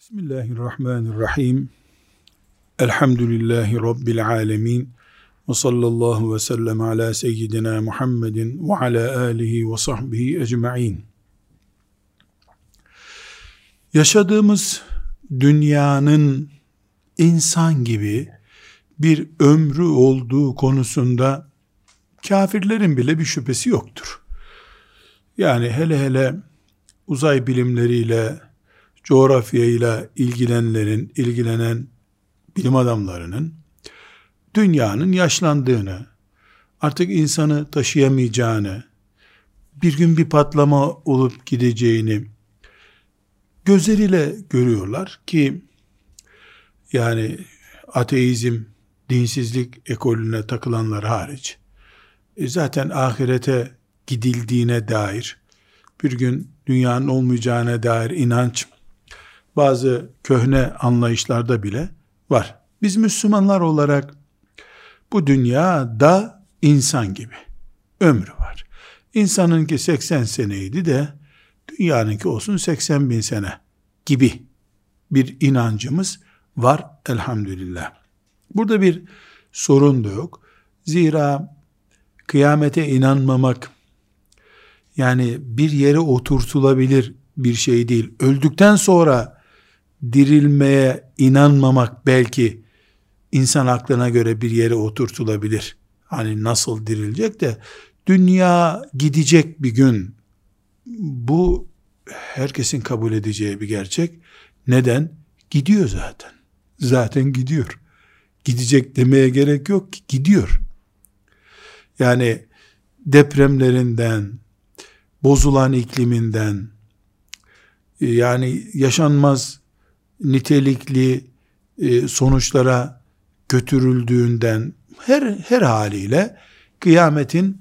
Bismillahirrahmanirrahim. Elhamdülillahi Rabbil alemin. Ve sallallahu ve sellem ala seyyidina Muhammedin ve ala alihi ve sahbihi ecma'in. Yaşadığımız dünyanın insan gibi bir ömrü olduğu konusunda kafirlerin bile bir şüphesi yoktur. Yani hele uzay bilimleriyle, coğrafyayla ilgilenen bilim adamlarının dünyanın yaşlandığını, artık insanı taşıyamayacağını, bir gün bir patlama olup gideceğini gözleriyle görüyorlar ki yani ateizm, dinsizlik ekolüne takılanlar hariç zaten ahirete gidildiğine dair, bir gün dünyanın olmayacağına dair inanç bazı köhne anlayışlarda bile var. Biz Müslümanlar olarak bu dünyada insan gibi ömrü var. İnsanınki 80 seneydi de dünyanınki olsun 80 bin sene gibi bir inancımız var elhamdülillah. Burada bir sorun da yok. Zira kıyamete inanmamak yani bir yere oturtulabilir bir şey değil. Öldükten sonra dirilmeye inanmamak belki insan aklına göre bir yere oturtulabilir. Hani nasıl dirilecek de dünya gidecek bir gün. Bu herkesin kabul edeceği bir gerçek. Neden? Gidiyor zaten. Zaten gidiyor. Gidecek demeye gerek yok ki, gidiyor. Yani depremlerinden, bozulan ikliminden, yani yaşanmaz nitelikli sonuçlara götürüldüğünden her haliyle kıyametin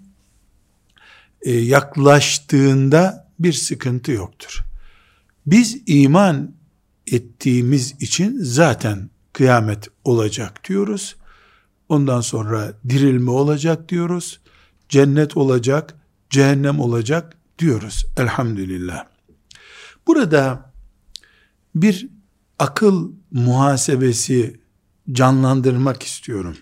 yaklaştığında bir sıkıntı yoktur. Biz iman ettiğimiz için zaten kıyamet olacak diyoruz. Ondan sonra dirilme olacak diyoruz. Cennet olacak, cehennem olacak diyoruz elhamdülillah. Burada bir akıl muhasebesi canlandırmak istiyorum.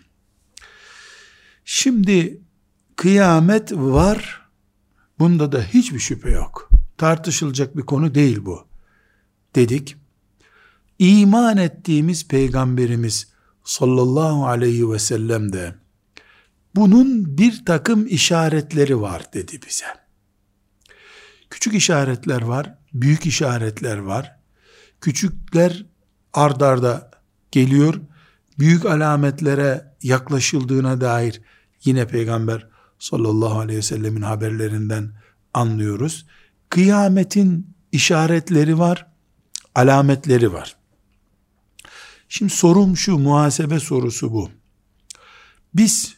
Şimdi kıyamet var, bunda da hiçbir şüphe yok. Tartışılacak bir konu değil bu. Dedik, iman ettiğimiz Peygamberimiz sallallahu aleyhi ve sellem de bunun bir takım işaretleri var dedi bize. Küçük işaretler var, büyük işaretler var. Küçükler ard arda geliyor. Büyük alametlere yaklaşıldığına dair yine Peygamber sallallahu aleyhi ve sellemin haberlerinden anlıyoruz. Kıyametin işaretleri var, alametleri var. Şimdi sorum şu, muhasebe sorusu bu. Biz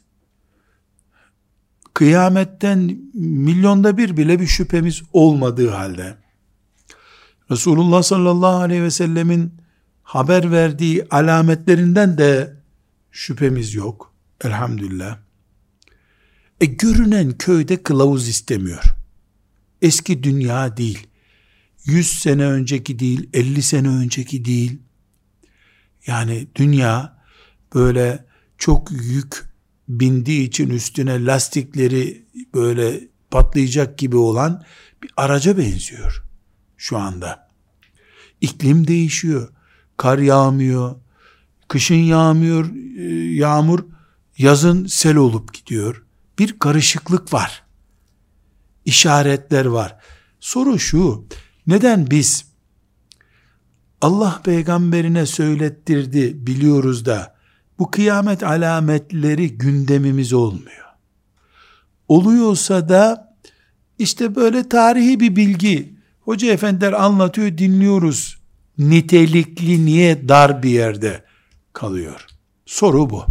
kıyametten milyonda bir bile bir şüphemiz olmadığı halde Resulullah sallallahu aleyhi ve sellemin haber verdiği alametlerinden de şüphemiz yok elhamdülillah. Görünen köyde kılavuz istemiyor. Eski dünya değil. 100 sene önceki değil, 50 sene önceki değil. Yani dünya böyle çok yük bindiği için üstüne lastikleri böyle patlayacak gibi olan bir araca benziyor şu anda. İklim değişiyor. Kar yağmıyor. Kışın yağmıyor yağmur, yazın sel olup gidiyor. Bir karışıklık var. İşaretler var. Soru şu, neden biz Allah peygamberine söylettirdi biliyoruz da bu kıyamet alametleri gündemimiz olmuyor? Oluyorsa da işte böyle tarihi bir bilgi, hoca efendiler anlatıyor, dinliyoruz. Nitelikli niye dar bir yerde kalıyor? Soru bu.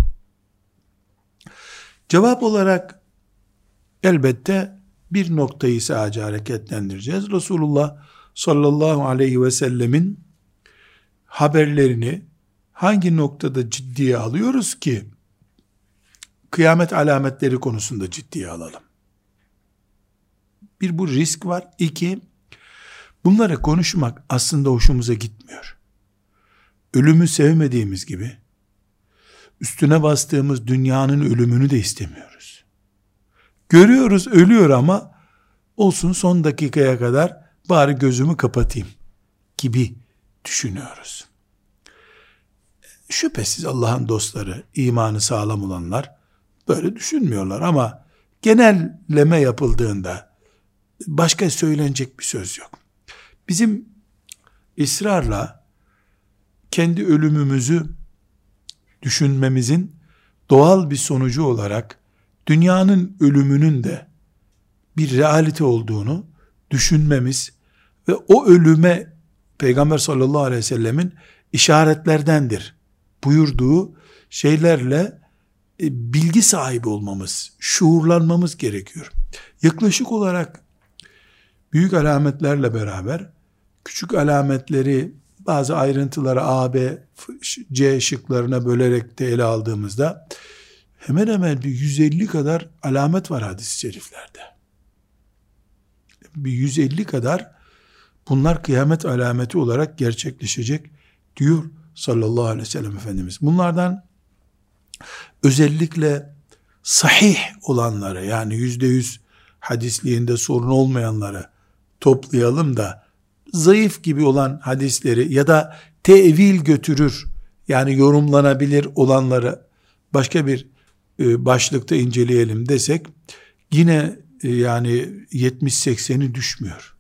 Cevap olarak elbette bir noktayı sadece hareketlendireceğiz. Resulullah sallallahu aleyhi ve sellemin haberlerini hangi noktada ciddiye alıyoruz ki kıyamet alametleri konusunda ciddiye alalım? Bir, bu risk var. İki, bunları konuşmak aslında hoşumuza gitmiyor. ölümü sevmediğimiz gibi, üstüne bastığımız dünyanın ölümünü de istemiyoruz. Görüyoruz ölüyor ama olsun son dakikaya kadar bari gözümü kapatayım gibi düşünüyoruz. Şüphesiz Allah'ın dostları, imanı sağlam olanlar böyle düşünmüyorlar ama genelleme yapıldığında başka söylenecek bir söz yok. Bizim ısrarla kendi ölümümüzü düşünmemizin doğal bir sonucu olarak dünyanın ölümünün de bir realite olduğunu düşünmemiz ve o ölüme Peygamber sallallahu aleyhi ve sellemin işaretlerdendir buyurduğu şeylerle bilgi sahibi olmamız, şuurlanmamız gerekiyor. Yaklaşık olarak büyük alametlerle beraber küçük alametleri bazı ayrıntıları A, B, C şıklarına bölerek de ele aldığımızda hemen hemen bir 150 kadar alamet var hadis-i şeriflerde. Bir 150 kadar bunlar kıyamet alameti olarak gerçekleşecek diyor sallallahu aleyhi ve sellem Efendimiz. Bunlardan özellikle sahih olanları, yani %100 hadisliğinde sorun olmayanları toplayalım da zayıf gibi olan hadisleri ya da tevil götürür, yani yorumlanabilir olanları başka bir başlıkta inceleyelim desek yine yani 70-80'i düşmüyor.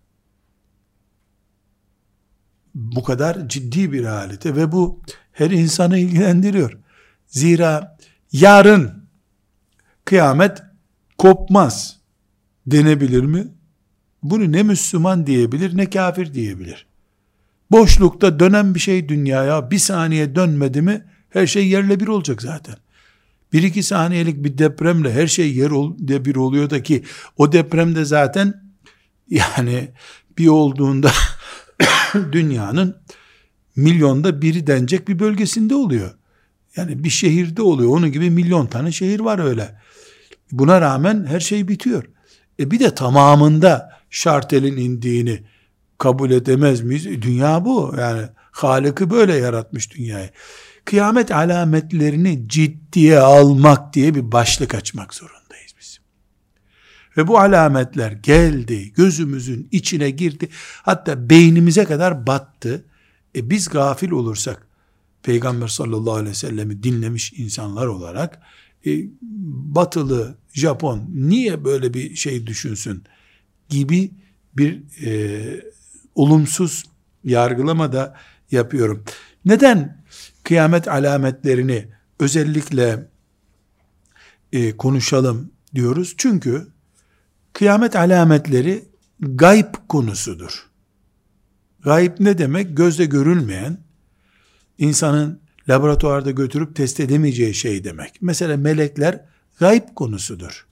Bu kadar ciddi bir realite ve bu her insanı ilgilendiriyor. Zira yarın kıyamet kopmaz denebilir mi? Bunu ne Müslüman diyebilir ne kafir diyebilir. Boşlukta dönen bir şey dünyaya bir saniye dönmedi mi her şey yerle bir olacak zaten. 1-2 saniyelik bir depremle her şey yerle bir oluyor da ki o depremde zaten yani bir olduğunda dünyanın milyonda biri denecek bir bölgesinde oluyor. Yani bir şehirde oluyor. Onun gibi milyon tane şehir var öyle. Buna rağmen her şey bitiyor. Bir de tamamında şartelin indiğini kabul edemez miyiz? Dünya bu. Yani Halık'ı böyle yaratmış dünyayı. Kıyamet alametlerini ciddiye almak diye bir başlık açmak zorundayız biz. Ve bu alametler geldi, gözümüzün içine girdi, hatta beynimize kadar battı. Biz gafil olursak, Peygamber sallallahu aleyhi ve sellemi dinlemiş insanlar olarak, batılı, Japon niye böyle bir şey düşünsün gibi bir olumsuz yargılama da yapıyorum. Neden kıyamet alametlerini özellikle konuşalım diyoruz? Çünkü kıyamet alametleri gayb konusudur. Gayb ne demek? Gözle görülmeyen, insanın laboratuvarda götürüp test edemeyeceği şey demek. Mesela melekler gayb konusudur.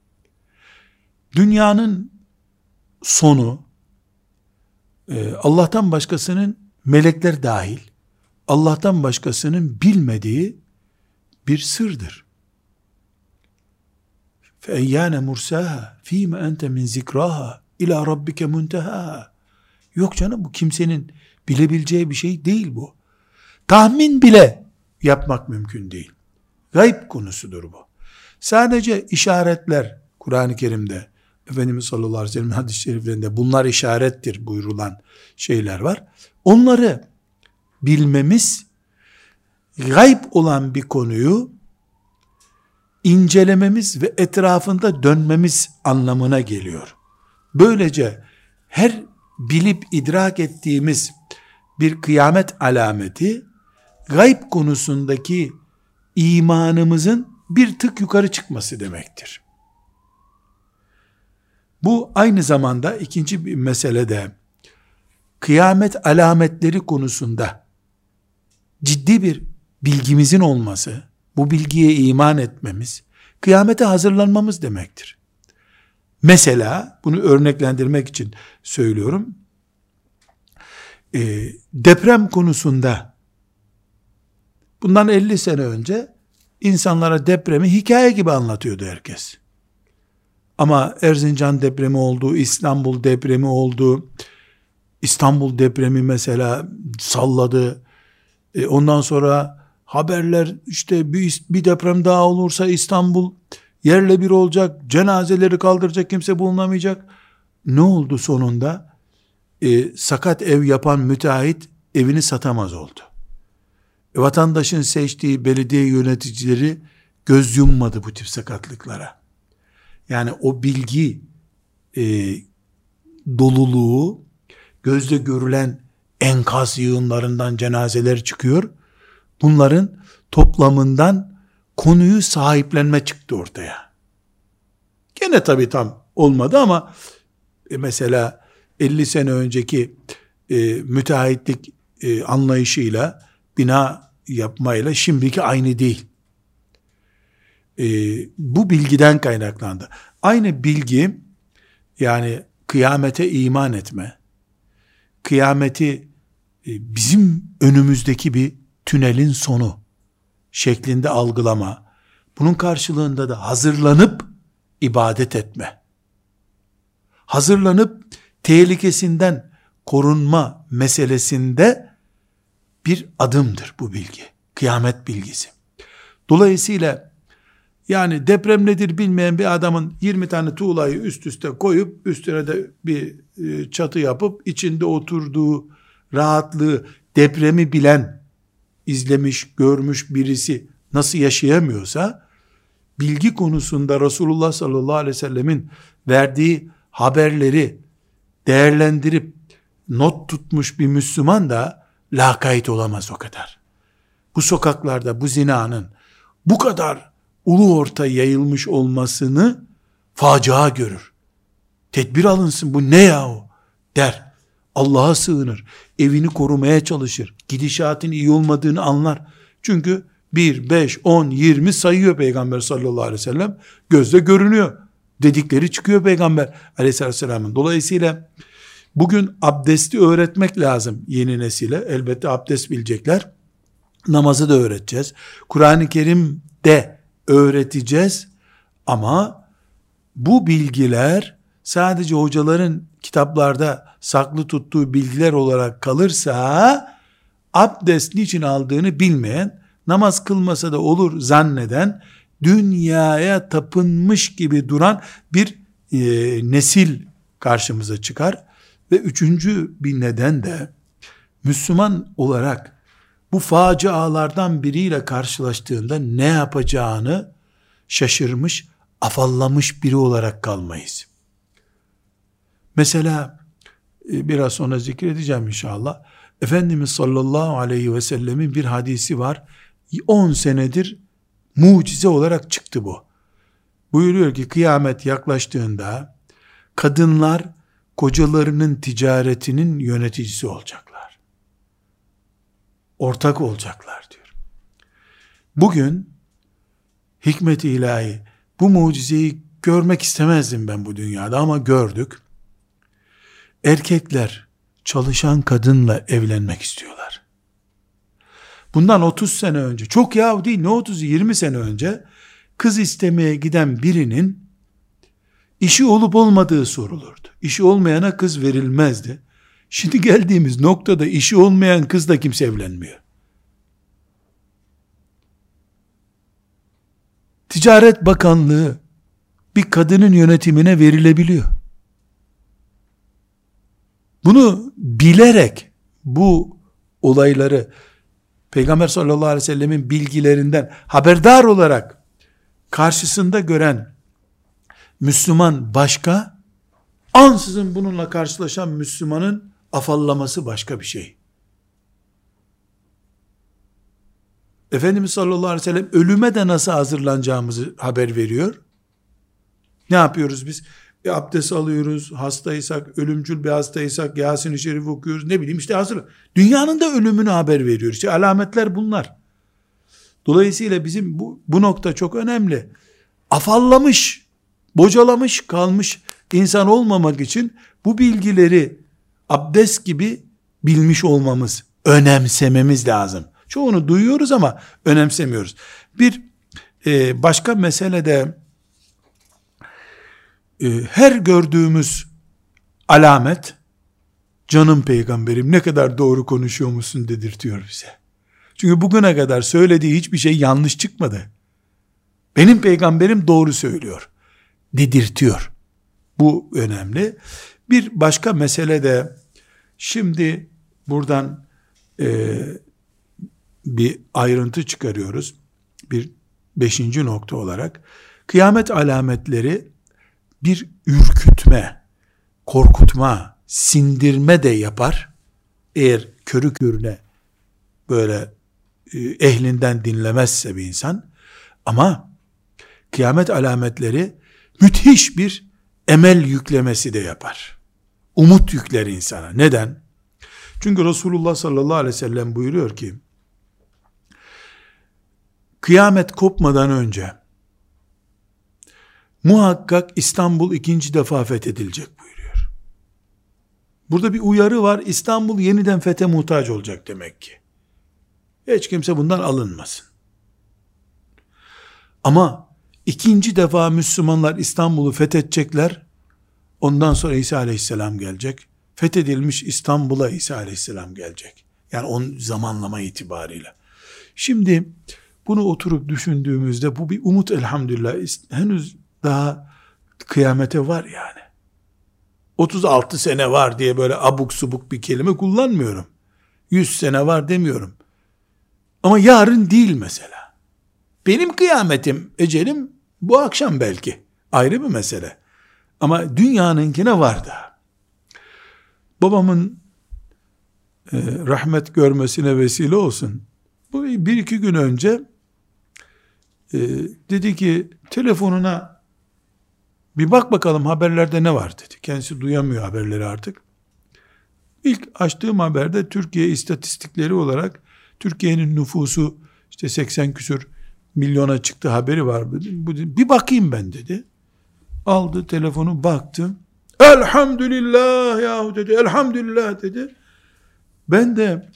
Dünyanın sonu, Allah'tan başkasının, melekler dahil, Allah'tan başkasının bilmediği bir sırdır. فَاَيَّانَ مُرْسَاهَا ف۪يمَ اَنْتَ مِنْ ذِكْرَاهَا اِلَى رَبِّكَ مُنْتَهَا. Yok canım, bu kimsenin bilebileceği bir şey değil bu. Tahmin bile yapmak mümkün değil. Gayb konusudur bu. Sadece işaretler, Kur'an-ı Kerim'de, Efendimiz sallallahu aleyhi ve sellem hadis-i şeriflerinde bunlar işarettir buyurulan şeyler var. Onları bilmemiz, gayb olan bir konuyu incelememiz ve etrafında dönmemiz anlamına geliyor. Böylece her bilip idrak ettiğimiz bir kıyamet alameti, gayb konusundaki imanımızın bir tık yukarı çıkması demektir. Bu aynı zamanda ikinci bir mesele de, kıyamet alametleri konusunda ciddi bir bilgimizin olması, bu bilgiye iman etmemiz, kıyamete hazırlanmamız demektir. Mesela, bunu örneklendirmek için söylüyorum, deprem konusunda, bundan 50 sene önce, insanlara depremi hikaye gibi anlatıyordu herkes. Ama Erzincan depremi oldu, İstanbul depremi oldu, İstanbul depremi mesela salladı, Ondan sonra haberler, işte bir deprem daha olursa İstanbul yerle bir olacak, cenazeleri kaldıracak kimse bulunamayacak. Ne oldu sonunda? Sakat ev yapan müteahhit evini satamaz oldu. Vatandaşın seçtiği belediye yöneticileri göz yummadı bu tip sakatlıklara. Yani o bilgi doluluğu, gözle görülen enkaz yığınlarından cenazeler çıkıyor. Bunların toplamından konuyu sahiplenme çıktı ortaya. Gene tabii tam olmadı ama mesela 50 sene önceki müteahhitlik anlayışıyla, bina yapmayla şimdiki aynı değil. Bu bilgiden kaynaklandı. Aynı bilgi, yani kıyamete iman etme, kıyameti bizim önümüzdeki bir tünelin sonu şeklinde algılama, bunun karşılığında da hazırlanıp ibadet etme, hazırlanıp tehlikesinden korunma meselesinde bir adımdır bu bilgi. Kıyamet bilgisi. Dolayısıyla yani deprem nedir bilmeyen bir adamın 20 tane tuğlayı üst üste koyup üstüne de bir çatı yapıp içinde oturduğu rahatlığı depremi bilen, izlemiş, görmüş birisi nasıl yaşayamıyorsa, bilgi konusunda Resulullah sallallahu aleyhi ve sellemin verdiği haberleri değerlendirip not tutmuş bir Müslüman da lakayt olamaz o kadar. Bu sokaklarda bu zinanın bu kadar ulu orta yayılmış olmasını facia görür. Tedbir alınsın, bu ne yahu der. Allah'a sığınır. Evini korumaya çalışır. Gidişatın iyi olmadığını anlar. Çünkü 1, 5, 10, 20 sayıyor Peygamber sallallahu aleyhi ve sellem. Gözle görünüyor. Dedikleri çıkıyor Peygamber aleyhisselamın. Dolayısıyla bugün abdesti öğretmek lazım yeni nesile. Elbette abdest bilecekler. Namazı da öğreteceğiz. Kur'an-ı Kerim'de öğreteceğiz. Ama bu bilgiler sadece hocaların kitaplarda saklı tuttuğu bilgiler olarak kalırsa, abdest niçin aldığını bilmeyen, namaz kılmasa da olur zanneden, dünyaya tapınmış gibi duran bir nesil karşımıza çıkar. Ve üçüncü bir neden de, Müslüman olarak bu facialardan biriyle karşılaştığında ne yapacağını şaşırmış, afallamış biri olarak kalmayız. Mesela biraz sonra zikredeceğim inşallah. Efendimiz sallallahu aleyhi ve sellemin bir hadisi var. 10 senedir mucize olarak çıktı bu. Buyuruyor ki kıyamet yaklaştığında kadınlar kocalarının ticaretinin yöneticisi olacaklar. Ortak olacaklar diyor. Bugün hikmet-i ilahi, bu mucizeyi görmek istemezdim ben bu dünyada ama gördük. Erkekler çalışan kadınla evlenmek istiyorlar. Bundan 30 sene önce, çok yahu değil, ne 30'u, 20 sene önce kız istemeye giden birinin işi olup olmadığı sorulurdu. İşi olmayana kız verilmezdi. Şimdi geldiğimiz noktada işi olmayan kızla kimse evlenmiyor. Ticaret Bakanlığı bir kadının yönetimine verilebiliyor. Bunu bilerek bu olayları Peygamber sallallahu aleyhi ve sellemin bilgilerinden haberdar olarak karşısında gören Müslüman başka, ansızın bununla karşılaşan Müslümanın afallaması başka bir şey. Efendimiz sallallahu aleyhi ve sellem ölüme de nasıl hazırlanacağımızı haber veriyor. Ne yapıyoruz biz? Abdest alıyoruz, hastaysak, ölümcül bir hastaysak Yasin-i Şerif okuyoruz, ne bileyim işte hazır. Dünyanın da ölümünü haber veriyor. İşte alametler bunlar. Dolayısıyla bizim bu nokta çok önemli. Afallamış, bocalamış kalmış insan olmamak için bu bilgileri abdest gibi bilmiş olmamız, önemsememiz lazım. Çoğunu duyuyoruz ama önemsemiyoruz. Bir başka mesele de her gördüğümüz alamet, canım peygamberim ne kadar doğru konuşuyor musun dedirtiyor bize. Çünkü bugüne kadar söylediği hiçbir şey yanlış çıkmadı. Benim peygamberim doğru söylüyor dedirtiyor. Bu önemli. Bir başka mesele de, şimdi buradan bir ayrıntı çıkarıyoruz. Bir 5. nokta olarak, kıyamet alametleri bir ürkütme, korkutma, sindirme de yapar. Eğer körü körüne böyle ehlinden dinlemezse bir insan. Ama kıyamet alametleri müthiş bir emel yüklemesi de yapar. Umut yükler insana. Neden? Çünkü Resulullah sallallahu aleyhi ve sellem buyuruyor ki, kıyamet kopmadan önce muhakkak İstanbul 2. defa fethedilecek buyuruyor. Burada bir uyarı var. İstanbul yeniden fethe muhtaç olacak demek ki. Hiç kimse bundan alınmasın. Ama 2. defa Müslümanlar İstanbul'u fethedecekler. Ondan sonra İsa aleyhisselam gelecek. Fethedilmiş İstanbul'a İsa aleyhisselam gelecek. Yani onun zamanlama itibariyle. Şimdi bunu oturup düşündüğümüzde bu bir umut elhamdülillah. Henüz daha kıyamete var yani. 36 sene var diye böyle abuk subuk bir kelime kullanmıyorum. 100 sene var demiyorum. Ama yarın değil mesela. Benim kıyametim, ecelim bu akşam belki. Ayrı bir mesele. Ama dünyanınkine var da. Babamın rahmet görmesine vesile olsun. Bu 1-2 gün önce dedi ki, telefonuna bir bak bakalım haberlerde ne var dedi. Kendisi duyamıyor haberleri artık. İlk açtığım haberde Türkiye istatistikleri olarak Türkiye'nin nüfusu işte 80 küsur milyona çıktı haberi var. Bir bakayım ben dedi. Aldı telefonu, baktım. Elhamdülillah yahu dedi. Elhamdülillah dedi. Ben de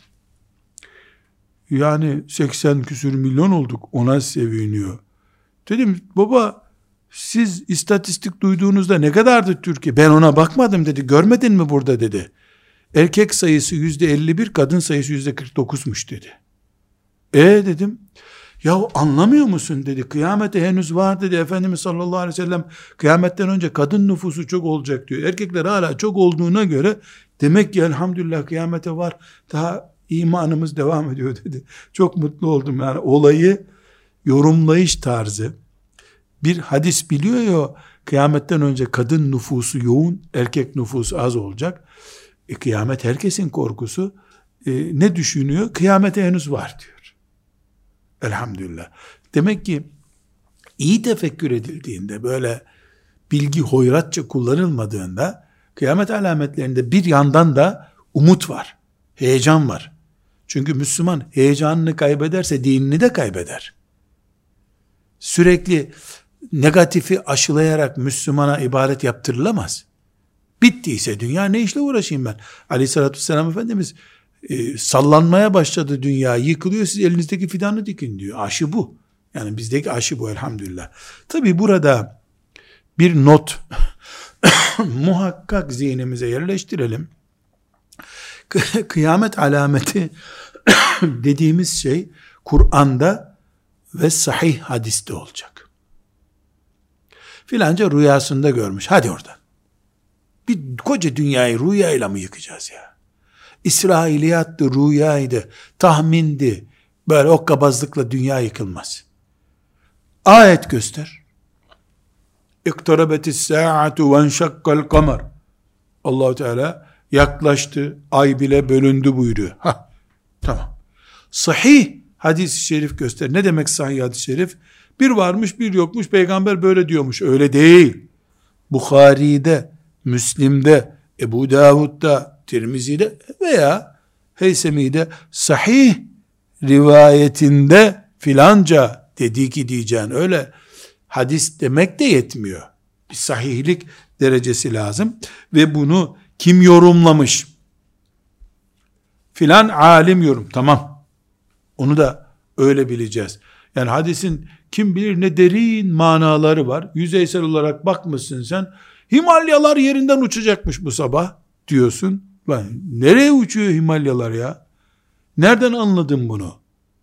yani 80 küsur milyon olduk, ona seviniyor. Dedim baba, siz istatistik duyduğunuzda ne kadardı Türkiye? Ben ona bakmadım dedi. Görmedin mi burada dedi. Erkek sayısı %51, kadın sayısı %49'muş dedi. Dedim. Ya anlamıyor musun dedi. Kıyamete henüz var dedi. Efendimiz sallallahu aleyhi ve sellem kıyametten önce kadın nüfusu çok olacak diyor. Erkekler hala çok olduğuna göre demek ki elhamdülillah kıyamete var. Daha imanımız devam ediyor dedi. Çok mutlu oldum yani. Olayı yorumlayış tarzı. Bir hadis biliyor ya, kıyametten önce kadın nüfusu yoğun, erkek nüfusu az olacak. Kıyamet herkesin korkusu. Ne düşünüyor? Kıyamete henüz var diyor. Elhamdülillah. Demek ki iyi tefekkür edildiğinde, böyle bilgi hoyratça kullanılmadığında, kıyamet alametlerinde bir yandan da umut var, heyecan var. Çünkü Müslüman heyecanını kaybederse dinini de kaybeder. Sürekli negatifi aşılayarak Müslümana ibadet yaptırılamaz. Bittiyse dünya, ne işle uğraşayım ben? Aleyhissalatü vesselam Efendimiz sallanmaya başladı dünya, yıkılıyor, siz elinizdeki fidanı dikin diyor. Aşı bu. Yani bizdeki aşı bu elhamdülillah. Tabi burada bir not muhakkak zihnimize yerleştirelim. Kıyamet alameti dediğimiz şey Kur'an'da ve sahih hadiste olacak. Filanca rüyasında görmüş. Hadi oradan. Bir koca dünyayı rüyayla mı yıkacağız ya? İsrailiyattı, rüyaydı, tahmindi. Böyle okkabazlıkla dünya yıkılmaz. Ayet göster. İktarabetis sa'atu ve enşakkal kamer. Allah-u Teala yaklaştı, ay bile bölündü buyuruyor. Tamam. Sahih hadis-i şerif göster. Ne demek sahih hadis-i şerif? Bir varmış, bir yokmuş, peygamber böyle diyormuş. Öyle değil. Bukhari'de, Müslim'de, Ebu Davud'da, Tirmizi'de veya Heysemi'de sahih rivayetinde filanca dedi ki diyeceğin, öyle hadis demek de yetmiyor. Bir sahihlik derecesi lazım ve bunu kim yorumlamış? Filan alim yorum. Tamam. Onu da öyle bileceğiz. Yani hadisin kim bilir ne derin manaları var. Yüzeysel olarak bakmışsın sen. Himalyalar yerinden uçacakmış bu sabah diyorsun. Nereye uçuyor Himalyalar ya? Nereden anladın bunu?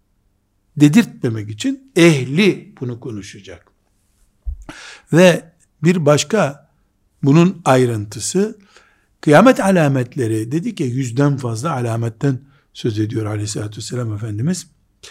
dedirtmemek için ehli bunu konuşacak. Ve bir başka bunun ayrıntısı, kıyamet alametleri dedik ya, 100'den fazla alametten söz ediyor aleyhissalatü vesselam Efendimiz.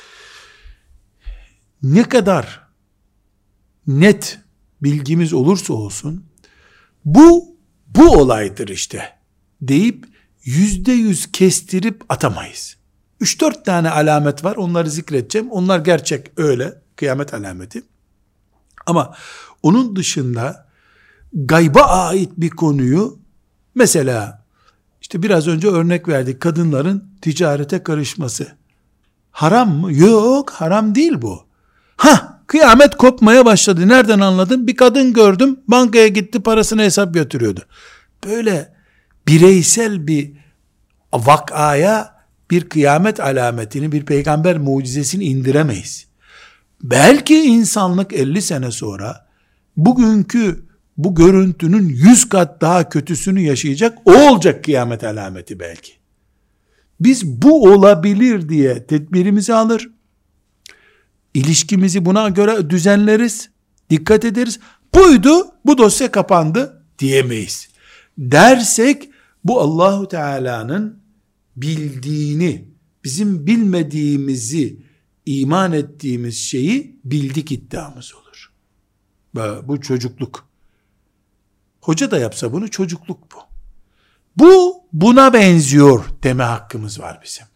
Ne kadar net bilgimiz olursa olsun, bu olaydır işte deyip %100 kestirip atamayız. 3-4 tane alamet var, onları zikredeceğim. Onlar gerçek, öyle kıyamet alameti. Ama onun dışında gayba ait bir konuyu, mesela işte biraz önce örnek verdik, kadınların ticarete karışması. Haram mı? Yok, haram değil bu. Kıyamet kopmaya başladı. Nereden anladın? Bir kadın gördüm, bankaya gitti, parasını hesap götürüyordu. Böyle bireysel bir vakaya bir kıyamet alametini, bir peygamber mucizesini indiremeyiz. Belki insanlık 50 sene sonra bugünkü bu görüntünün 100 kat daha kötüsünü yaşayacak, o olacak kıyamet alameti belki. Biz bu olabilir diye tedbirimizi alır, İlişkimizi buna göre düzenleriz, dikkat ederiz. Buydu, bu dosya kapandı diyemeyiz. Dersek bu Allahu Teala'nın bildiğini, bizim bilmediğimizi, iman ettiğimiz şeyi bildik iddiamız olur. Bu çocukluk. Hoca da yapsa bunu, çocukluk bu. Bu buna benziyor deme hakkımız var bizim.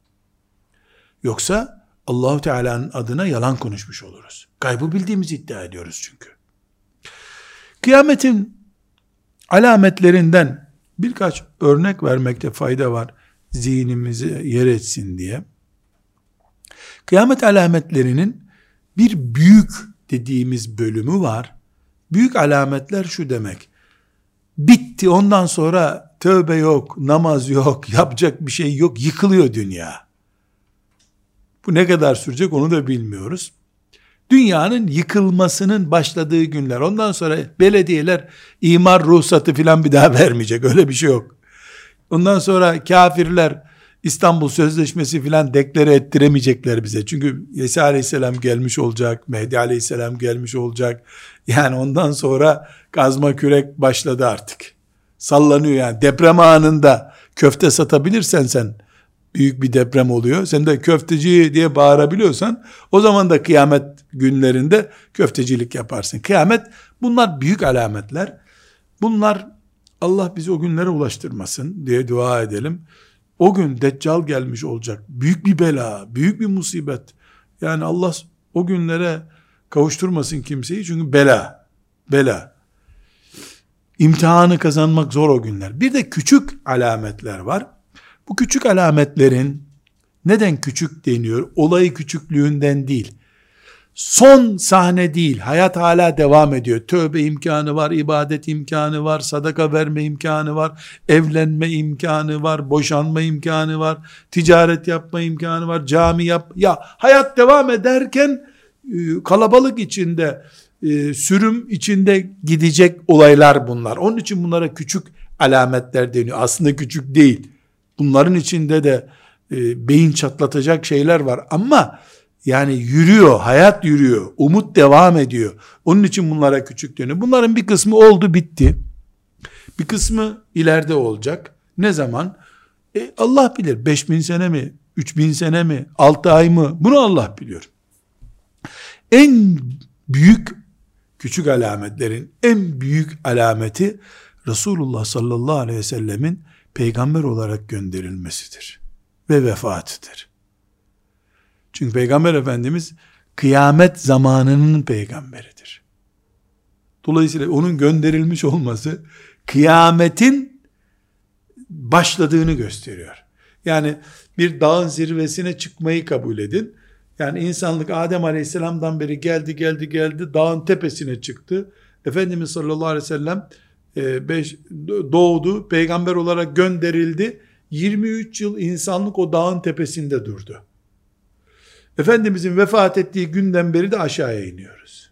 Yoksa Allahu Teala'nın adına yalan konuşmuş oluruz. Gaybı bildiğimizi iddia ediyoruz çünkü. Kıyametin alametlerinden birkaç örnek vermekte fayda var, zihnimize yer etsin diye. Kıyamet alametlerinin bir büyük dediğimiz bölümü var. Büyük alametler şu demek: bitti, ondan sonra tövbe yok, namaz yok, yapacak bir şey yok, yıkılıyor dünya. Bu ne kadar sürecek onu da bilmiyoruz. Dünyanın yıkılmasının başladığı günler. Ondan sonra belediyeler imar ruhsatı filan bir daha vermeyecek. Öyle bir şey yok. Ondan sonra kafirler İstanbul Sözleşmesi filan deklare ettiremeyecekler bize. Çünkü İsa Aleyhisselam gelmiş olacak, Mehdi Aleyhisselam gelmiş olacak. Yani ondan sonra kazma kürek başladı artık. Sallanıyor yani. Deprem anında köfte satabilirsen sen, büyük bir deprem oluyor, sen de köfteci diye bağırabiliyorsan, o zaman da kıyamet günlerinde köftecilik yaparsın. Kıyamet, bunlar büyük alametler. Bunlar, Allah bizi o günlere ulaştırmasın diye dua edelim. O gün Deccal gelmiş olacak. Büyük bir bela, büyük bir musibet. Yani Allah o günlere kavuşturmasın kimseyi, çünkü bela. İmtihanı kazanmak zor o günler. Bir de küçük alametler var. Bu küçük alametlerin, neden küçük deniyor? Olayı küçüklüğünden değil. Son sahne değil. Hayat hala devam ediyor. Tövbe imkanı var, ibadet imkanı var, sadaka verme imkanı var, evlenme imkanı var, boşanma imkanı var, ticaret yapma imkanı var, cami yap. Ya hayat devam ederken kalabalık içinde, sürüm içinde gidecek olaylar bunlar. Onun için bunlara küçük alametler deniyor. Aslında küçük değil. Bunların içinde de beyin çatlatacak şeyler var ama yani yürüyor, hayat yürüyor, umut devam ediyor. Onun için bunlara küçük deniyor. Bunların bir kısmı oldu, bitti. Bir kısmı ileride olacak. Ne zaman? Allah bilir. 5000 sene mi? 3000 sene mi? 6 ay mı? Bunu Allah biliyor. En büyük küçük alametlerin en büyük alameti Resulullah sallallahu aleyhi ve sellemin peygamber olarak gönderilmesidir ve vefatıdır. Çünkü Peygamber Efendimiz kıyamet zamanının peygamberidir. Dolayısıyla onun gönderilmiş olması kıyametin başladığını gösteriyor. Yani bir dağın zirvesine çıkmayı kabul edin. Yani insanlık Adem Aleyhisselam'dan beri geldi, dağın tepesine çıktı. Efendimiz sallallahu aleyhi ve sellem doğdu, peygamber olarak gönderildi. 23 yıl insanlık o dağın tepesinde durdu. Efendimizin vefat ettiği günden beri de aşağıya iniyoruz.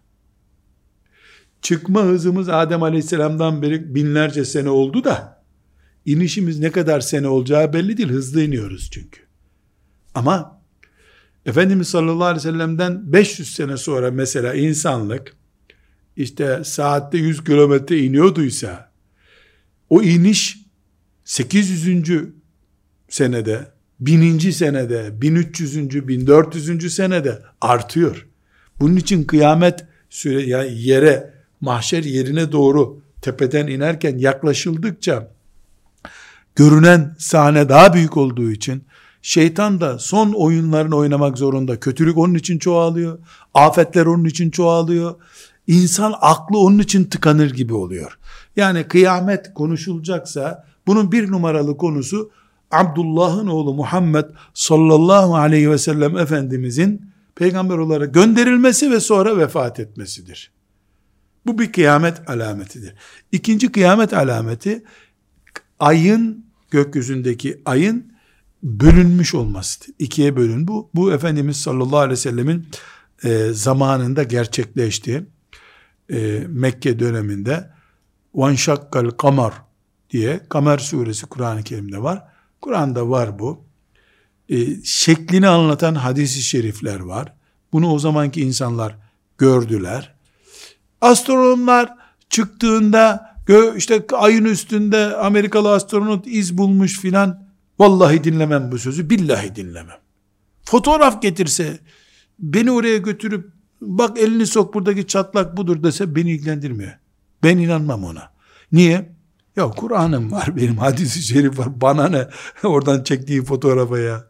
Çıkma hızımız Adem Aleyhisselam'dan beri binlerce sene oldu da, inişimiz ne kadar sene olacağı belli değil, hızlı iniyoruz çünkü. Ama Efendimiz sallallahu aleyhi ve sellem'den 500 sene sonra mesela insanlık işte saatte 100 kilometre iniyorduysa, o iniş 800. senede, 1000. senede, 1300. 1400. senede artıyor. Bunun için kıyamet yani yere, mahşer yerine doğru tepeden inerken yaklaşıldıkça görünen sahne daha büyük olduğu için şeytan da son oyunlarını oynamak zorunda. Kötülük onun için çoğalıyor. Afetler onun için çoğalıyor. İnsan aklı onun için tıkanır gibi oluyor. Yani kıyamet konuşulacaksa bunun bir numaralı konusu Abdullah'ın oğlu Muhammed sallallahu aleyhi ve sellem Efendimizin peygamber olarak gönderilmesi ve sonra vefat etmesidir. Bu bir kıyamet alametidir. İkinci kıyamet alameti ayın, gökyüzündeki ayın bölünmüş olmasıdır. İkiye bölün. Bu Efendimiz sallallahu aleyhi ve sellemin zamanında gerçekleşti. Mekke döneminde Vanşakkal Kamar diye Kamer suresi Kur'an-ı Kerim'de var. Kur'an'da var bu. Şeklini anlatan hadis-i şerifler var. Bunu o zamanki insanlar gördüler. Astronomlar çıktığında işte ayın üstünde Amerikalı astronot iz bulmuş filan, vallahi dinlemem bu sözü, billahi dinlemem. Fotoğraf getirse, beni oraya götürüp bak elini sok buradaki çatlak budur dese beni ilgilendirmiyor. Ben inanmam ona. Niye? Ya Kur'an'ım var benim, hadis-i şerif var, bana ne oradan çektiği fotoğrafa ya.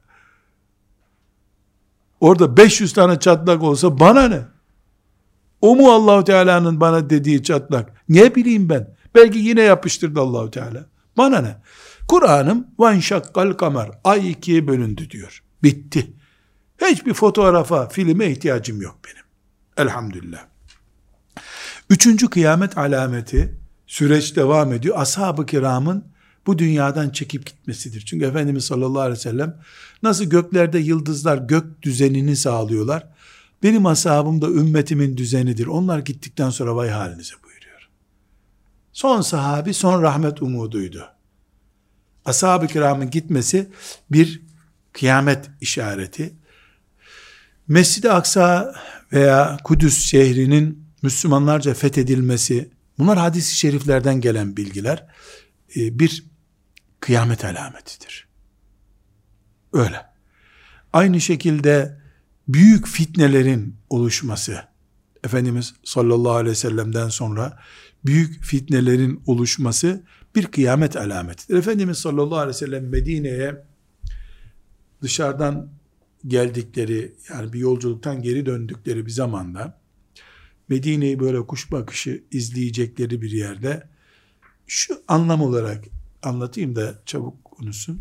Orada 500 tane çatlak olsa bana ne? O mu Allahu Teala'nın bana dediği çatlak? Ne bileyim ben? Belki yine yapıştırdı Allahu Teala. Bana ne? Kur'an'ım vanşakkal kamer, ay ikiye bölündü diyor. Bitti. Hiçbir fotoğrafa, filme ihtiyacım yok benim. Elhamdülillah. Üçüncü kıyamet alameti, süreç devam ediyor. Ashab-ı kiramın bu dünyadan çekip gitmesidir. Çünkü Efendimiz sallallahu aleyhi ve sellem nasıl göklerde yıldızlar gök düzenini sağlıyorlar, benim ashabım da ümmetimin düzenidir. Onlar gittikten sonra vay halinize buyuruyor. Son sahabi son rahmet umuduydu. Ashab-ı kiramın gitmesi bir kıyamet işareti. Mescid-i Aksa veya Kudüs şehrinin Müslümanlarca fethedilmesi, bunlar hadis-i şeriflerden gelen bilgiler, bir kıyamet alametidir. Öyle. Aynı şekilde büyük fitnelerin oluşması, Efendimiz sallallahu aleyhi ve sellem'den sonra büyük fitnelerin oluşması bir kıyamet alametidir. Efendimiz sallallahu aleyhi ve sellem Medine'ye dışarıdan geldikleri, yani bir yolculuktan geri döndükleri bir zamanda Medine'yi böyle kuş bakışı izleyecekleri bir yerde, şu anlam olarak anlatayım da çabuk konuşsun.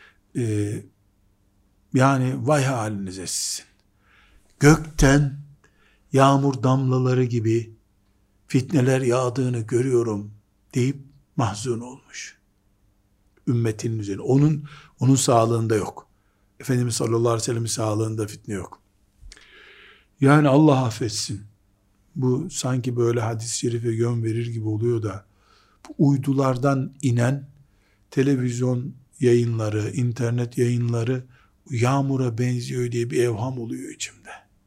Yani vay halinize sizin. Gökten yağmur damlaları gibi fitneler yağdığını görüyorum deyip mahzun olmuş. Ümmetinin üzerine. Onun sağlığında yok. Efendimiz sallallahu aleyhi ve sellem'in sağlığında fitne yok. Yani Allah affetsin. Bu sanki böyle hadis-i şerife yön verir gibi oluyor da, bu uydulardan inen televizyon yayınları, internet yayınları yağmura benziyor diye bir evham oluyor içimde.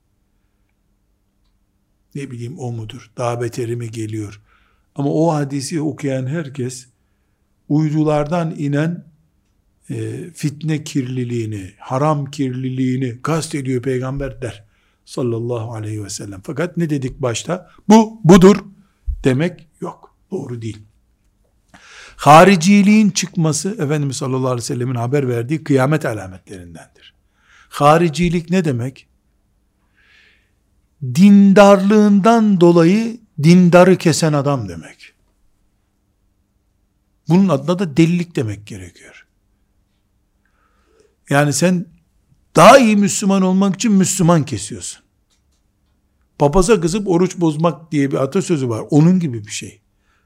Ne bileyim, o mudur? Daha beteri mi geliyor? Ama o hadisi okuyan herkes uydulardan inen fitne kirliliğini, haram kirliliğini kastediyor peygamber der sallallahu aleyhi ve sellem. Fakat ne dedik başta? Budur demek yok. Doğru değil. Hariciliğin çıkması Efendimiz sallallahu aleyhi ve sellemin haber verdiği kıyamet alametlerindendir. Haricilik ne demek? Dindarlığından dolayı dindarı kesen adam demek. Bunun adına da delilik demek gerekiyor. Yani sen daha iyi Müslüman olmak için Müslüman kesiyorsun. Papaza kızıp oruç bozmak diye bir atasözü var. Onun gibi bir şey.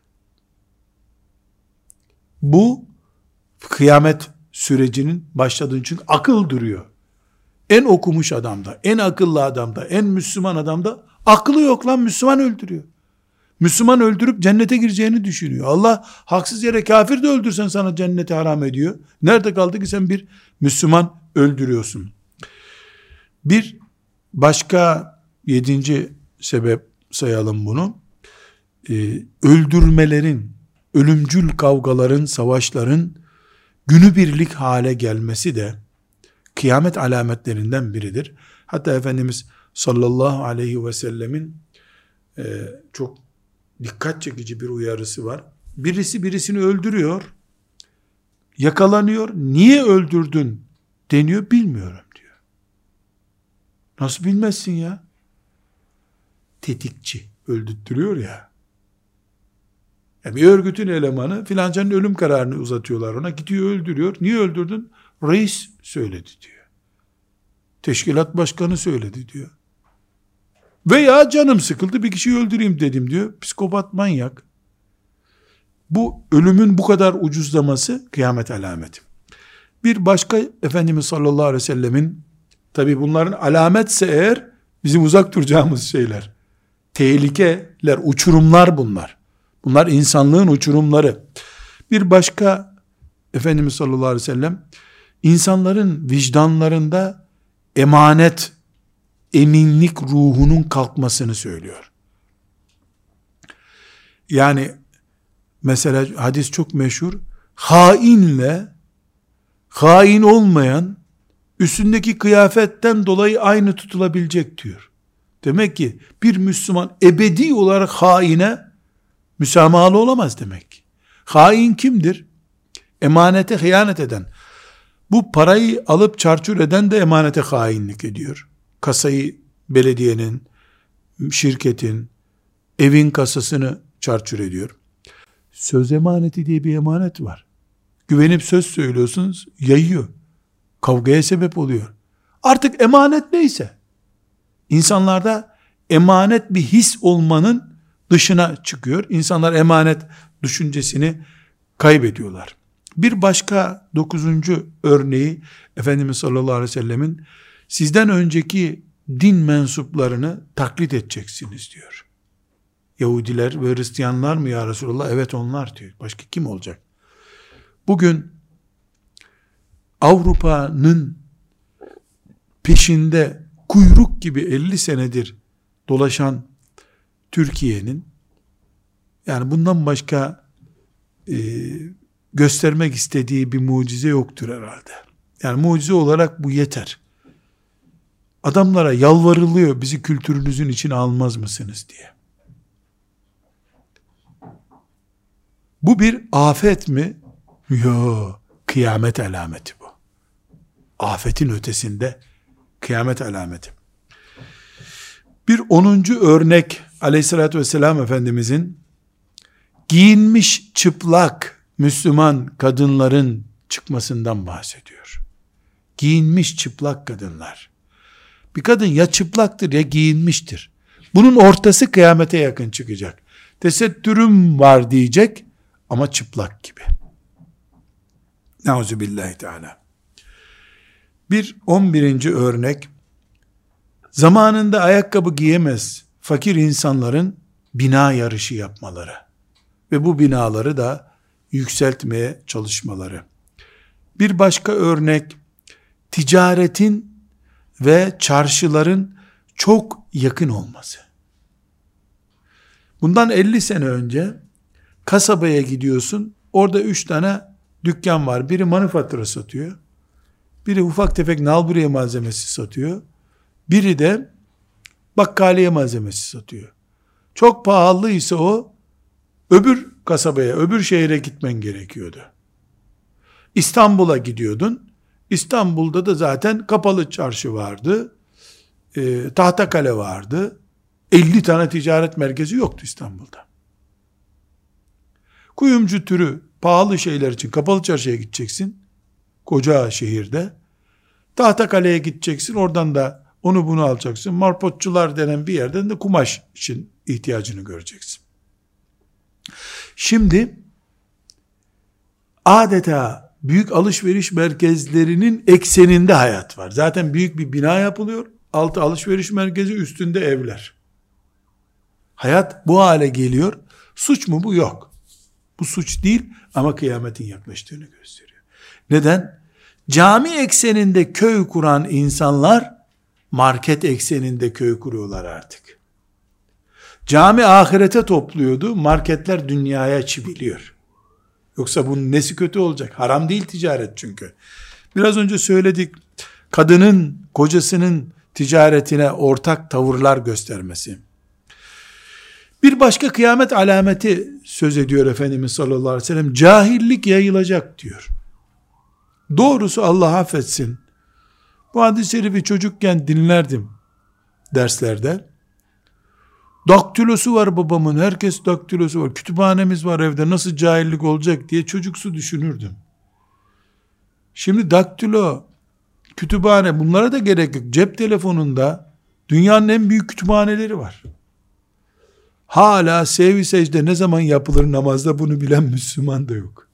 Bu kıyamet sürecinin başladığını, çünkü akıl duruyor. En okumuş adamda, en akıllı adamda, en Müslüman adamda aklı yok lan, Müslüman öldürüyor. Müslüman öldürüp cennete gireceğini düşünüyor. Allah haksız yere kafir de öldürsen sana cenneti haram ediyor. Nerede kaldı ki sen bir Müslüman öldürüyorsun? Bir başka 7. sebep sayalım bunu. Öldürmelerin, ölümcül kavgaların, savaşların günübirlik hale gelmesi de kıyamet alametlerinden biridir. Hatta Efendimiz sallallahu aleyhi ve sellemin çok dikkat çekici bir uyarısı var. Birisi birisini öldürüyor, yakalanıyor, niye öldürdün deniyor, bilmiyorum diyor. Nasıl bilmezsin ya? Tetikçi öldürtürüyor ya. Bir örgütün elemanı filancanın ölüm kararını uzatıyorlar ona, gidiyor öldürüyor. Niye öldürdün? Reis söyledi diyor. Teşkilat başkanı söyledi diyor. Veya canım sıkıldı, bir kişiyi öldüreyim dedim diyor. Psikopat, manyak. Bu ölümün bu kadar ucuzlaması kıyamet alameti. Bir başka Efendimiz sallallahu aleyhi ve sellemin, tabi bunların alametse eğer bizim uzak duracağımız şeyler, tehlikeler, uçurumlar bunlar. Bunlar insanlığın uçurumları. Bir başka Efendimiz sallallahu aleyhi ve sellem insanların vicdanlarında emanet, eminlik ruhunun kalkmasını söylüyor. Yani mesela hadis çok meşhur, hainle hain olmayan üstündeki kıyafetten dolayı aynı tutulabilecek diyor. Demek ki bir Müslüman ebedi olarak haine müsamahalı olamaz demek ki. Hain kimdir? Emanete hıyanet eden. Bu parayı alıp çarçur eden de emanete hainlik ediyor. Kasayı belediyenin, şirketin, evin kasasını çarçur ediyor. Söz emaneti diye bir emanet var. Güvenip söz söylüyorsunuz, yayıyor. Kavgaya sebep oluyor. Artık emanet neyse. İnsanlarda emanet bir his olmanın dışına çıkıyor. İnsanlar emanet düşüncesini kaybediyorlar. Bir başka 9. örneği Efendimiz sallallahu aleyhi ve sellemin sizden önceki din mensuplarını taklit edeceksiniz diyor. Yahudiler ve Hristiyanlar mı ya Resulallah? Evet onlar diyor. Başka kim olacak? Bugün Avrupa'nın peşinde kuyruk gibi 50 senedir dolaşan Türkiye'nin, yani bundan başka göstermek istediği bir mucize yoktur herhalde. Yani mucize olarak bu yeter. Adamlara yalvarılıyor, bizi kültürünüzün içine almaz mısınız diye. Bu bir afet mi? Yok. Kıyamet alameti bu. Afetin ötesinde kıyamet alameti. Bir 10. örnek aleyhissalatü vesselam Efendimizin giyinmiş çıplak Müslüman kadınların çıkmasından bahsediyor. Giyinmiş çıplak kadınlar. Bir kadın ya çıplaktır ya giyinmiştir. Bunun ortası kıyamete yakın çıkacak. Tesettürüm var diyecek ama çıplak gibi. Nauzubillahi teala. Bir 11. örnek, zamanında ayakkabı giyemez fakir insanların bina yarışı yapmaları ve bu binaları da yükseltmeye çalışmaları. Bir başka örnek, ticaretin ve çarşıların çok yakın olması. Bundan 50 sene önce kasabaya gidiyorsun, orada 3 tane dükkan var. Biri manifatura satıyor, biri ufak tefek nalburiye malzemesi satıyor, biri de bakkaliye malzemesi satıyor. Çok pahalıysa o, öbür kasabaya, öbür şehre gitmen gerekiyordu. İstanbul'a gidiyordun. İstanbul'da da zaten kapalı çarşı vardı. Tahtakale vardı. 50 tane ticaret merkezi yoktu İstanbul'da. Kuyumcu türü pahalı şeyler için kapalı çarşıya gideceksin. Koca şehirde. Tahtakale'ye gideceksin. Oradan da onu bunu alacaksın. Marpotçular denen bir yerden de kumaş için ihtiyacını göreceksin. Şimdi adeta büyük alışveriş merkezlerinin ekseninde hayat var. Zaten büyük bir bina yapılıyor. Altı alışveriş merkezi, üstünde evler. Hayat bu hale geliyor. Suç mu bu? Yok. Bu suç değil ama kıyametin yaklaştığını gösteriyor. Neden? Cami ekseninde köy kuran insanlar market ekseninde köy kuruyorlar artık. Cami ahirete topluyordu, marketler dünyaya çiviliyor. Yoksa bunun nesi kötü olacak? Haram değil ticaret çünkü. Biraz önce söyledik, kadının kocasının ticaretine ortak tavırlar göstermesi. Bir başka kıyamet alameti söz ediyor Efendimiz sallallahu aleyhi ve sellem. Cahillik yayılacak diyor. Doğrusu Allah affetsin. Bu hadis-i şerifi çocukken dinlerdim derslerde. Daktilosu var babamın, herkes daktilosu var. Kütüphanemiz var evde, nasıl cahillik olacak diye çocuksu düşünürdüm. Şimdi daktilo, kütüphane, bunlara da gerek yok. Cep telefonunda dünyanın en büyük kütüphaneleri var. Hala sev-i secde ne zaman yapılır namazda bunu bilen Müslüman da yok.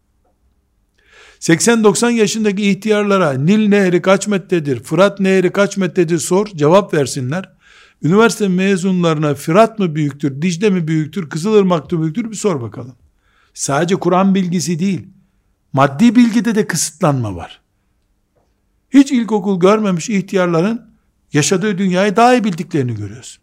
80-90 yaşındaki ihtiyarlara Nil Nehri kaç metredir, Fırat Nehri kaç metredir sor, cevap versinler. Üniversite mezunlarına Fırat mı büyüktür, Dicle mi büyüktür, Kızılırmak mı büyüktür bir sor bakalım. Sadece Kur'an bilgisi değil, maddi bilgide de kısıtlanma var. Hiç ilkokul görmemiş ihtiyarların yaşadığı dünyayı daha iyi bildiklerini görüyoruz.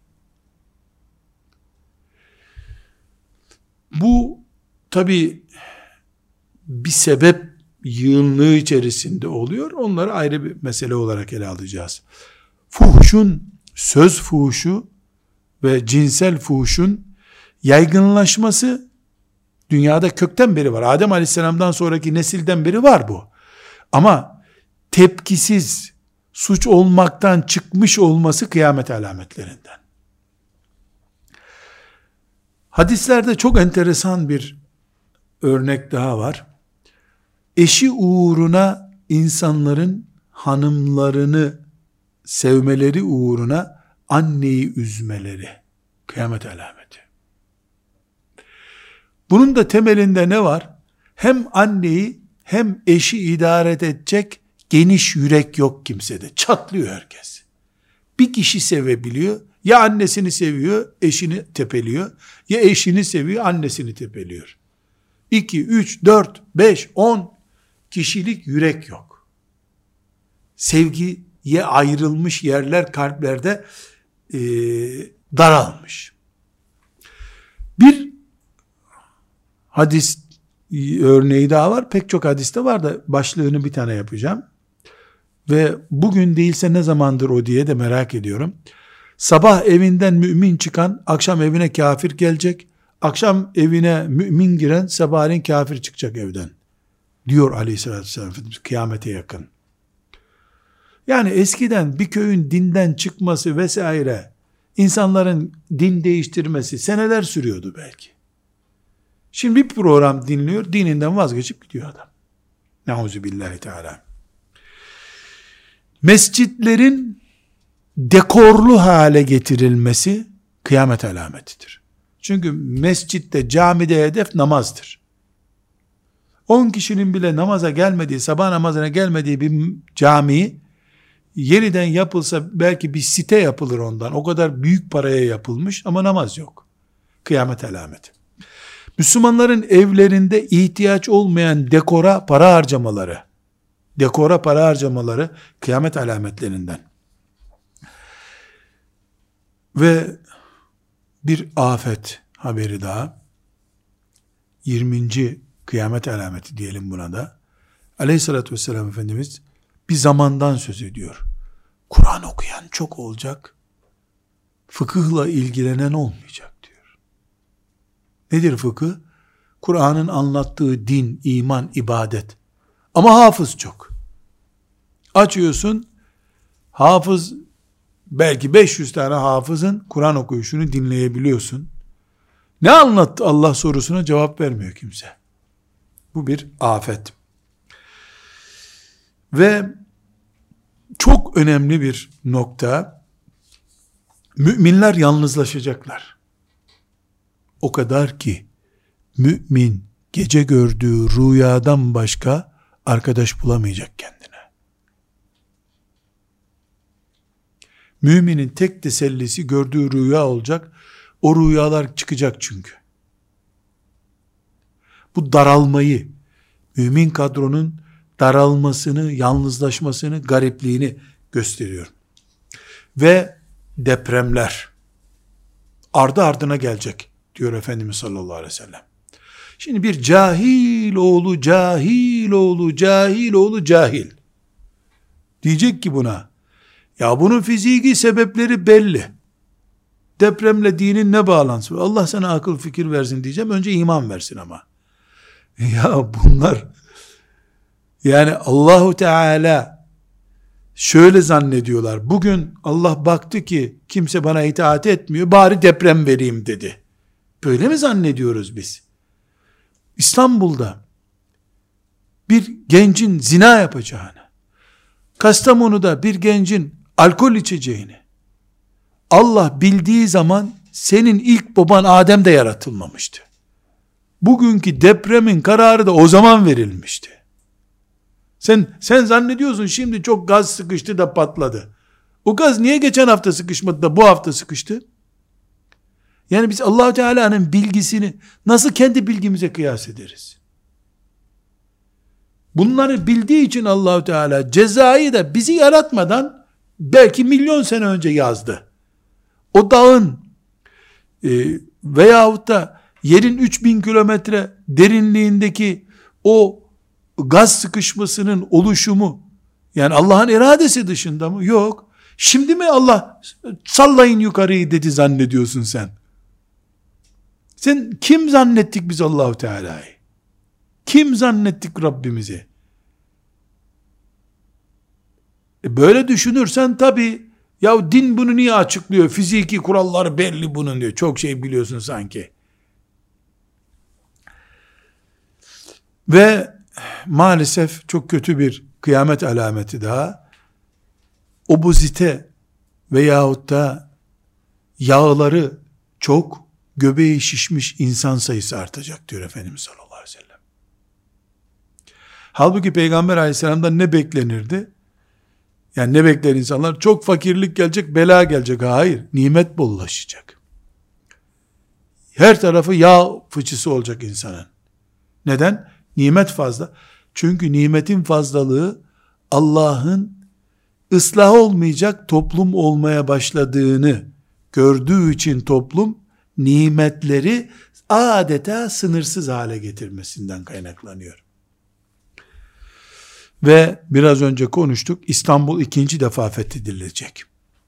Bu tabi bir sebep yığınlığı içerisinde oluyor. Onları ayrı bir mesele olarak ele alacağız. Fuhuşun, söz fuhuşu ve cinsel fuhuşun yaygınlaşması dünyada kökten beri var. Adem Aleyhisselam'dan sonraki nesilden beri var bu. Ama tepkisiz, suç olmaktan çıkmış olması kıyamet alametlerinden. Hadislerde çok enteresan bir örnek daha var. Eşi uğruna insanların hanımlarını sevmeleri uğruna anneyi üzmeleri. Kıyamet alameti. Bunun da temelinde ne var? Hem anneyi hem eşi idare edecek geniş yürek yok kimsede. Çatlıyor herkes. Bir kişi sevebiliyor. Ya annesini seviyor, eşini tepeliyor. Ya eşini seviyor, annesini tepeliyor. 2, 3, 4, 5, 10 kişilik yürek yok. Sevgiye ayrılmış yerler kalplerde daralmış. Bir hadis örneği daha var. Pek çok hadiste var da başlığını bir tane yapacağım. Ve bugün değilse ne zamandır o diye de merak ediyorum. Sabah evinden mümin çıkan, akşam evine kafir gelecek. Akşam evine mümin giren, sabahleyin kafir çıkacak evden. Diyor aleyhissalatü vesselam Efendimiz, kıyamete yakın. Yani eskiden bir köyün dinden çıkması vesaire, insanların din değiştirmesi seneler sürüyordu belki. Şimdi bir program dinliyor, dininden vazgeçip gidiyor adam. Neuzubillahi teala. Mescitlerin dekorlu hale getirilmesi kıyamet alametidir. Çünkü mescitte, camide hedef namazdır. 10 kişinin bile namaza gelmediği, sabah namazına gelmediği bir cami yeniden yapılsa belki bir site yapılır ondan. O kadar büyük paraya yapılmış ama namaz yok. Kıyamet alameti. Müslümanların evlerinde ihtiyaç olmayan dekora para harcamaları kıyamet alametlerinden. Ve bir afet haberi daha. 20. kıyamet alameti diyelim buna da. Aleyhissalatü vesselam Efendimiz bir zamandan söz ediyor. Kur'an okuyan çok olacak. Fıkıhla ilgilenen olmayacak diyor. Nedir fıkıh? Kur'an'ın anlattığı din, iman, ibadet. Ama hafız çok. Açıyorsun, hafız, belki 500 tane hafızın Kur'an okuyuşunu dinleyebiliyorsun. Ne anlattı Allah sorusuna cevap vermiyor kimse. Bu bir afet. Ve çok önemli bir nokta, müminler yalnızlaşacaklar. O kadar ki, mümin gece gördüğü rüyadan başka arkadaş bulamayacak kendine. Müminin tek tesellisi gördüğü rüya olacak. O rüyalar çıkacak çünkü. Bu daralmayı, mümin kadronun daralmasını, yalnızlaşmasını, garipliğini gösteriyor. ve depremler ardı ardına gelecek diyor Efendimiz sallallahu aleyhi ve sellem. Şimdi bir cahil oğlu cahil diyecek ki buna, ya bunun fiziki sebepleri belli. Depremle dinin ne bağlantısı var? Allah sana akıl fikir versin diyeceğim. Önce iman versin ama. Ya bunlar, yani Allahu Teala şöyle zannediyorlar. Bugün Allah baktı ki kimse bana itaat etmiyor, bari deprem vereyim dedi. Böyle mi zannediyoruz biz? İstanbul'da bir gencin zina yapacağını, Kastamonu'da bir gencin alkol içeceğini Allah bildiği zaman senin ilk baban Adem de yaratılmamıştı. Bugünkü depremin kararı da o zaman verilmişti. Sen zannediyorsun şimdi çok gaz sıkıştı da patladı. O gaz niye geçen hafta sıkışmadı da bu hafta sıkıştı? Yani biz Allah-u Teala'nın bilgisini nasıl kendi bilgimize kıyas ederiz? Bunları bildiği için Allah-u Teala cezayı da bizi yaratmadan belki milyon sene önce yazdı. O dağın veyahut da yerin 3000 kilometre derinliğindeki o gaz sıkışmasının oluşumu, yani Allah'ın iradesi dışında mı? Yok. Şimdi mi Allah sallayın yukarıyı dedi zannediyorsun sen? Sen kim zannettik biz Allah-u Teala'yı? Kim zannettik Rabbimizi? Böyle düşünürsen tabi, ya din bunu niye açıklıyor? Fiziki kuralları belli bunun diyor. Çok şey biliyorsun sanki. Ve maalesef çok kötü bir kıyamet alameti daha, obezite veyahut da yağları çok, göbeği şişmiş insan sayısı artacak diyor Efendimiz sallallahu aleyhi ve sellem. Halbuki Peygamber aleyhisselamdan ne beklenirdi? Yani ne bekler insanlar? Çok fakirlik gelecek, bela gelecek. Hayır, nimet bollaşacak. Her tarafı yağ fıçısı olacak insanın. Neden? Nimet fazla. Çünkü nimetin fazlalığı Allah'ın ıslah olmayacak toplum olmaya başladığını gördüğü için toplum nimetleri adeta sınırsız hale getirmesinden kaynaklanıyor. Ve biraz önce konuştuk, İstanbul ikinci defa fethedilecek.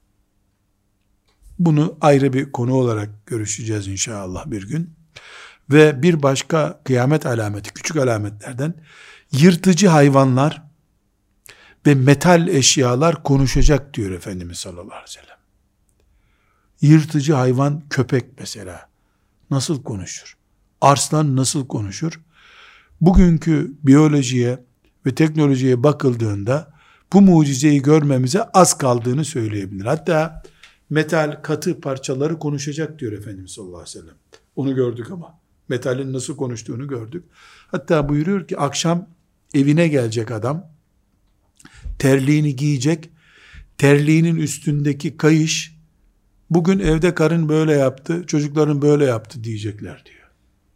Bunu ayrı bir konu olarak görüşeceğiz inşallah bir gün. Ve bir başka kıyamet alameti, küçük alametlerden, yırtıcı hayvanlar ve metal eşyalar konuşacak diyor Efendimiz sallallahu aleyhi ve sellem. Yırtıcı hayvan, köpek mesela nasıl konuşur? Arslan nasıl konuşur? Bugünkü biyolojiye ve teknolojiye bakıldığında bu mucizeyi görmemize az kaldığını söyleyebilir. Hatta metal katı parçaları konuşacak diyor Efendimiz sallallahu aleyhi ve sellem. Onu gördük ama metalin nasıl konuştuğunu gördük. Hatta buyuruyor ki akşam evine gelecek adam, terliğini giyecek, terliğinin üstündeki kayış, bugün evde karın böyle yaptı, çocukların böyle yaptı diyecekler diyor.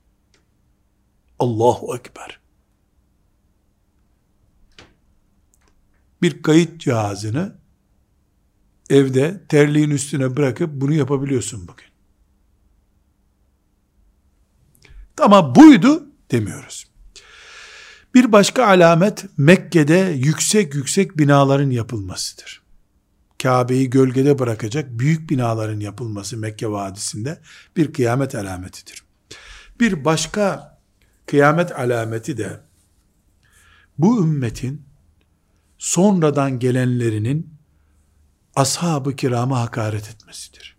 Allahu Ekber. Bir kayıt cihazını evde terliğin üstüne bırakıp bunu yapabiliyorsun bugün. Ama buydu demiyoruz. Bir başka alamet Mekke'de yüksek yüksek binaların yapılmasıdır. Kabe'yi gölgede bırakacak büyük binaların yapılması Mekke Vadisi'nde bir kıyamet alametidir. Bir başka kıyamet alameti de bu ümmetin sonradan gelenlerinin ashab-ı kirama hakaret etmesidir.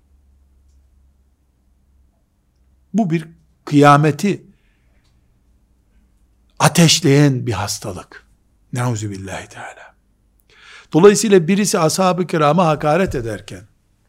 Bu bir kıyameti ateşleyen bir hastalık. Neuzubillahi Teala. Dolayısıyla birisi ashab-ı kirama hakaret ederken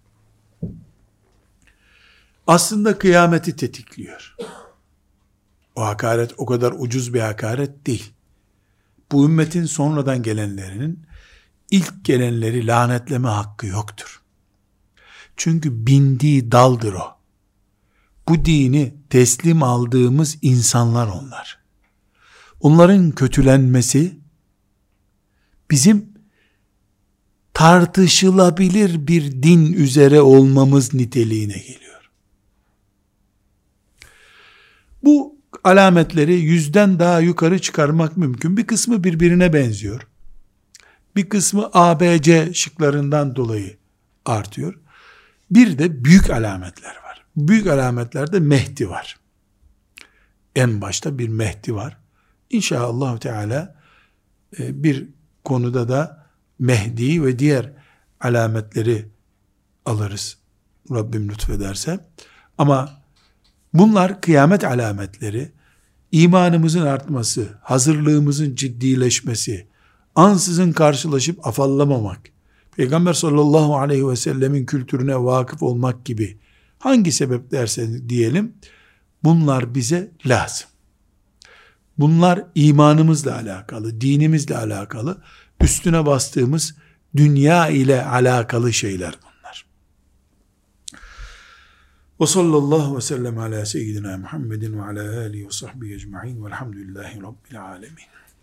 aslında kıyameti tetikliyor. O hakaret o kadar ucuz bir hakaret değil. Bu ümmetin sonradan gelenlerinin ilk gelenleri lanetleme hakkı yoktur. Çünkü bindiği daldır o. Bu dini teslim aldığımız insanlar onlar. Onların kötülenmesi bizim tartışılabilir bir din üzere olmamız niteliğine geliyor. Bu alametleri 100'den daha yukarı çıkarmak mümkün. Bir kısmı birbirine benziyor. Bir kısmı A, B, C şıklarından dolayı artıyor. Bir de büyük alametler var. Büyük alametlerde Mehdi var. En başta bir Mehdi var. İnşallah Teala bir konuda da Mehdi ve diğer alametleri alırız. Rabbim lütfederse. Ama bunlar kıyamet alametleri, imanımızın artması, hazırlığımızın ciddileşmesi, ansızın karşılaşıp afallamamak, Peygamber sallallahu aleyhi ve sellemin kültürüne vakıf olmak gibi hangi sebep derseniz diyelim, bunlar bize lazım. Bunlar imanımızla alakalı, dinimizle alakalı, üstüne bastığımız dünya ile alakalı şeyler bunlar. Ve sallallahu ve sellem ala seyyidina Muhammedin ve ala alihi ve sahbihi ecma'in velhamdülillahi rabbil alemin.